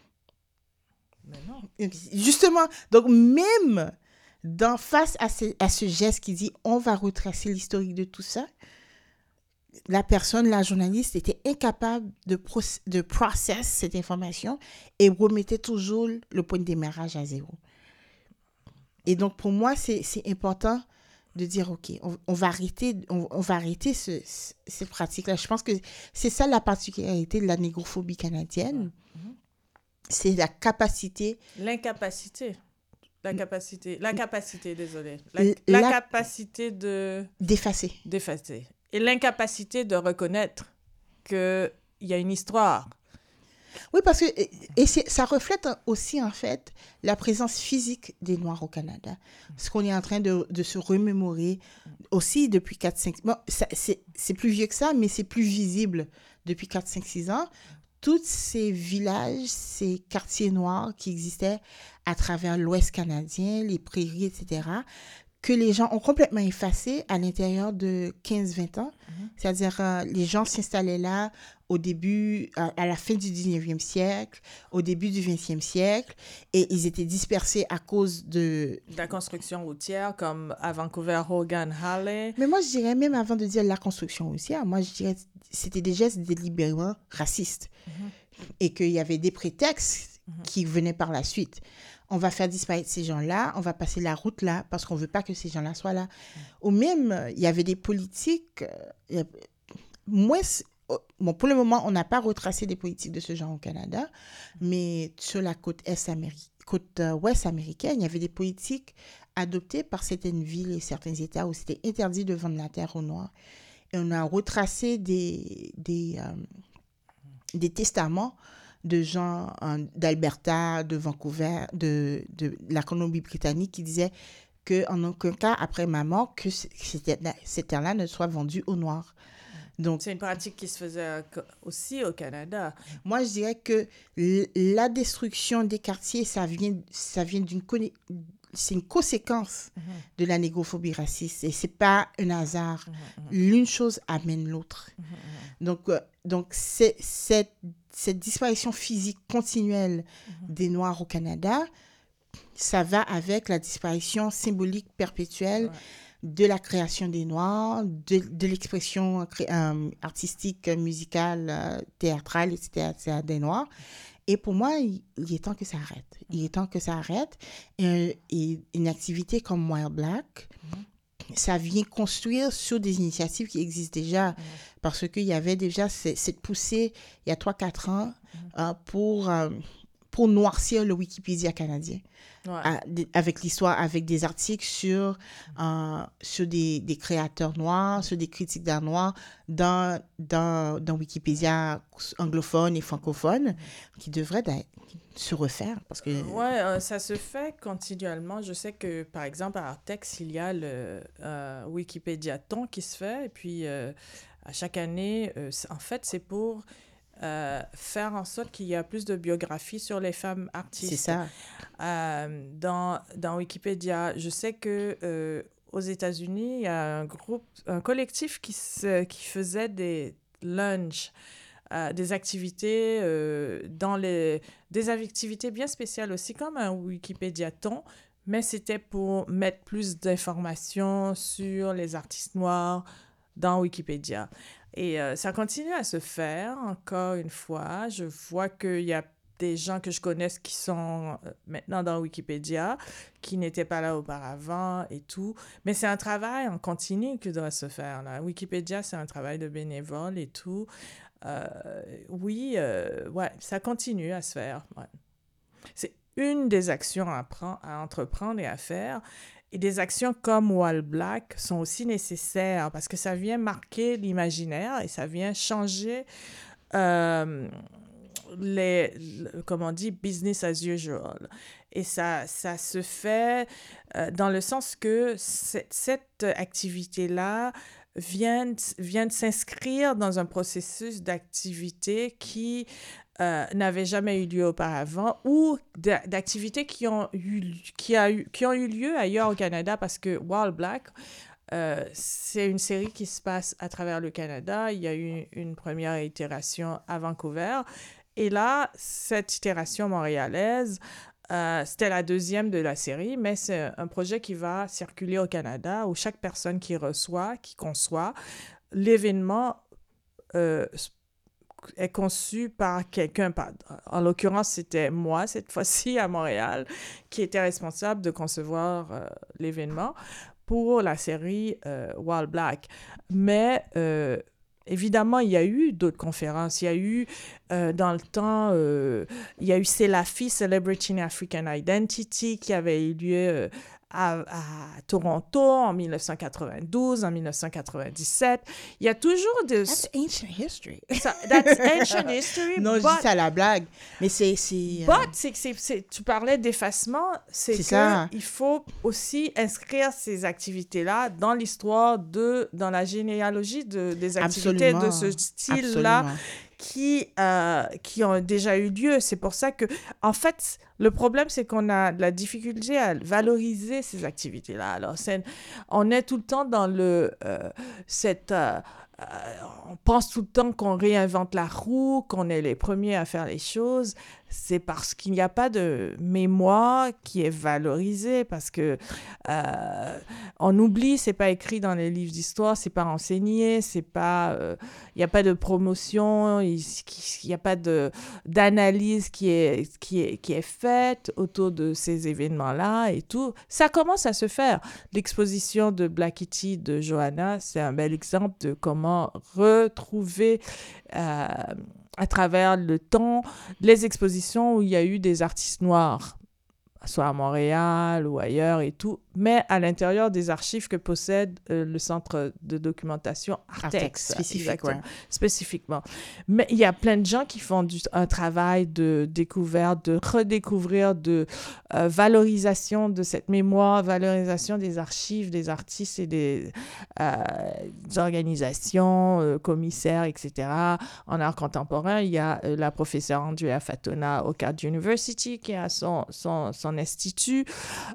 [SPEAKER 1] Mais non.
[SPEAKER 2] Justement, donc même dans, face à ce, à ce geste qui dit, on va retracer l'historique de tout ça, la personne, la journaliste, était incapable de, proc- de process cette information et remettait toujours le point de démarrage à zéro. Et donc, pour moi, c'est, c'est important de dire, OK, on, on va arrêter, on, on va arrêter ce, ce, cette pratique-là. Je pense que c'est ça la particularité de la négrophobie canadienne. Mm-hmm. C'est la capacité...
[SPEAKER 1] L'incapacité. La capacité, la capacité, désolée. La, la, la capacité de...
[SPEAKER 2] D'effacer.
[SPEAKER 1] D'effacer. Et l'incapacité de reconnaître qu'il y a une histoire.
[SPEAKER 2] Oui, parce que et c'est, ça reflète aussi, en fait, la présence physique des Noirs au Canada. Ce qu'on est en train de, de se remémorer aussi depuis quatre cinq... Bon, ça, c'est, c'est plus vieux que ça, mais c'est plus visible depuis quatre cinq six ans. Tous ces villages, ces quartiers noirs qui existaient à travers l'Ouest canadien, les prairies, et cetera, que les gens ont complètement effacé à l'intérieur de quinze vingt ans. Mm-hmm. C'est-à-dire, euh, les gens s'installaient là au début, euh, à la fin du dix-neuvième siècle, au début du vingtième siècle, et ils étaient dispersés à cause de...
[SPEAKER 1] de la construction routière, comme à Vancouver, Hogan, Halley.
[SPEAKER 2] Mais moi, je dirais, même avant de dire la construction routière, moi, je dirais c'était des gestes délibérément racistes. Mm-hmm. Et qu'il y avait des prétextes mm-hmm. qui venaient par la suite. On va faire disparaître ces gens-là, on va passer la route là, parce qu'on ne veut pas que ces gens-là soient là. Mm. Ou même, il y avait des politiques... Euh, moins, bon, pour le moment, on n'a pas retracé des politiques de ce genre au Canada, mm. mais sur la côte, est Amérique, côte euh, ouest américaine, il y avait des politiques adoptées par certaines villes et certains États où c'était interdit de vendre la terre aux Noirs. Et on a retracé des, des, euh, des testaments de gens euh, d'Alberta, de Vancouver, de, de la Colombie-Britannique qui disaient qu'en aucun cas, après ma mort, que ces terres-là ne soient vendues aux Noirs.
[SPEAKER 1] Donc, c'est une pratique qui se faisait aussi au Canada.
[SPEAKER 2] Moi, je dirais que la destruction des quartiers, ça vient, ça vient d'une... C'est une conséquence mm-hmm. de la négrophobie raciste. Et ce n'est pas un hasard. Mm-hmm. L'une chose amène l'autre. Mm-hmm. Donc, euh, donc c'est, cette, cette disparition physique continuelle mm-hmm. des Noirs au Canada, ça va avec la disparition symbolique perpétuelle ouais. de la création des Noirs, de, de l'expression cré- euh, artistique, musicale, euh, théâtrale, et cetera, et cetera des Noirs. Et pour moi, il, il est temps que ça arrête. Il est temps que ça arrête. Et, et une activité comme Wild Black, ça vient construire sur des initiatives qui existent déjà. Mm. Parce qu'il y avait déjà cette, cette poussée, il y a trois quatre ans, mm. euh, pour, euh, pour noircir le Wikipédia canadien. Ouais. À, avec l'histoire, avec des articles sur, euh, sur des, des créateurs noirs, sur des critiques d'art noir dans, dans, dans Wikipédia anglophone et francophone, qui devraient se refaire. Parce que...
[SPEAKER 1] Ouais, euh, ça se fait continuellement. Je sais que, par exemple, à Artex, il y a le euh, Wikipédiathon qui se fait. Et puis, euh, à chaque année, euh, en fait, c'est pour... Euh, faire en sorte qu'il y a plus de biographies sur les femmes artistes.
[SPEAKER 2] C'est ça.
[SPEAKER 1] Euh, dans, dans Wikipédia, je sais que euh, aux États-Unis, il y a un groupe, un collectif qui, se, qui faisait des lunchs, euh, des activités euh, dans les, des activités bien spéciales aussi, comme un Wikipédiathon, mais c'était pour mettre plus d'informations sur les artistes noirs dans Wikipédia. Et euh, ça continue à se faire, encore une fois. Je vois qu'il y a des gens que je connais qui sont euh, maintenant dans Wikipédia, qui n'étaient pas là auparavant et tout. Mais c'est un travail en continu qui doit se faire. Là. Wikipédia, c'est un travail de bénévole et tout. Euh, oui, euh, ouais, ça continue à se faire. Ouais. C'est une des actions à, prendre, à entreprendre et à faire. Et des actions comme Wild Black sont aussi nécessaires parce que ça vient marquer l'imaginaire et ça vient changer euh, les, le, comment on dit, business as usual. Et ça, ça se fait euh, dans le sens que cette, cette activité-là vient, vient de s'inscrire dans un processus d'activité qui Euh, n'avaient jamais eu lieu auparavant ou d'activités qui ont eu, qui, a eu, qui ont eu lieu ailleurs au Canada parce que Wild Black, euh, c'est une série qui se passe à travers le Canada. Il y a eu une première itération à Vancouver et là, cette itération montréalaise, euh, c'était la deuxième de la série, mais c'est un projet qui va circuler au Canada où chaque personne qui reçoit, qui conçoit l'événement euh, est conçu par quelqu'un, en l'occurrence c'était moi cette fois-ci à Montréal, qui était responsable de concevoir euh, l'événement pour la série euh, Wild Black. Mais euh, évidemment, il y a eu d'autres conférences. Il y a eu, euh, dans le temps, euh, il y a eu CELAFI, Celebrating African Identity, qui avait eu lieu euh, à, à Toronto en dix-neuf cent quatre-vingt-douze, en dix-neuf cent quatre-vingt-dix-sept. Il y a toujours des...
[SPEAKER 2] That's ancient history.
[SPEAKER 1] So, that's ancient history.
[SPEAKER 2] Non,
[SPEAKER 1] but,
[SPEAKER 2] je dis ça à la blague, mais c'est... c'est
[SPEAKER 1] but, euh... c'est, c'est, c'est, tu parlais d'effacement, c'est, c'est qu'il faut aussi inscrire ces activités-là dans l'histoire, de, dans la généalogie de, des activités Absolument. de ce style-là. Absolument. Qui, euh, qui ont déjà eu lieu. C'est pour ça que, en fait, le problème, c'est qu'on a de la difficulté à valoriser ces activités-là. Alors, c'est, on est tout le temps dans le... Euh, cette... Euh, Euh, on pense tout le temps qu'on réinvente la roue, qu'on est les premiers à faire les choses. C'est parce qu'il n'y a pas de mémoire qui est valorisée, parce que euh, on oublie, c'est pas écrit dans les livres d'histoire, c'est pas enseigné, c'est pas, euh, il n'y a pas de promotion, il n'y a pas de d'analyse qui est qui est qui est faite autour de ces événements-là et tout. Ça commence à se faire. L'exposition de Black Kitty de Johanna, c'est un bel exemple de comment retrouver euh, à travers le temps les expositions où il y a eu des artistes noirs, soit à Montréal ou ailleurs et tout, mais à l'intérieur des archives que possède euh, le centre de documentation Artex.
[SPEAKER 2] Spécifiquement. Ouais.
[SPEAKER 1] Spécifiquement. Mais il y a plein de gens qui font du, un travail de découverte, de redécouvrir, de euh, valorisation de cette mémoire, valorisation des archives, des artistes et des, euh, des organisations, euh, commissaires, et cetera. En art contemporain, il y a euh, la professeure Andrea Fatona au Card University qui a son, son, son institut.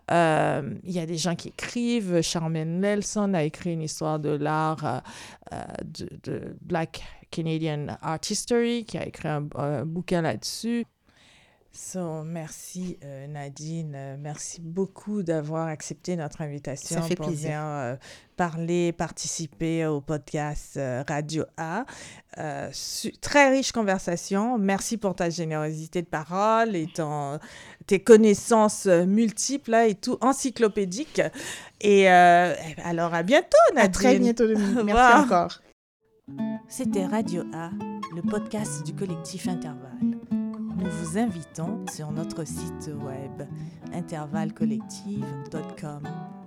[SPEAKER 1] Euh, il y a des gens qui écrivent. Charmaine Nelson a écrit une histoire de l'art euh, euh, de, de Black Canadian Art History, qui a écrit un, un bouquin là-dessus. So, merci euh, Nadine, Euh, merci beaucoup d'avoir accepté notre invitation
[SPEAKER 2] Ça fait
[SPEAKER 1] pour
[SPEAKER 2] plaisir.
[SPEAKER 1] venir euh, parler, participer au podcast euh, Radio A. Euh, su- très riche conversation. Merci pour ta générosité de parole et ton, tes connaissances euh, multiples là, et tout encyclopédiques. Et euh, eh ben, alors à bientôt
[SPEAKER 2] À très
[SPEAKER 1] Nadine.
[SPEAKER 2] bientôt, Dominique. Merci
[SPEAKER 1] Wow.
[SPEAKER 2] encore.
[SPEAKER 1] C'était Radio A, le podcast du collectif Intervalle. Nous vous invitons sur notre site web intervalle collective point com.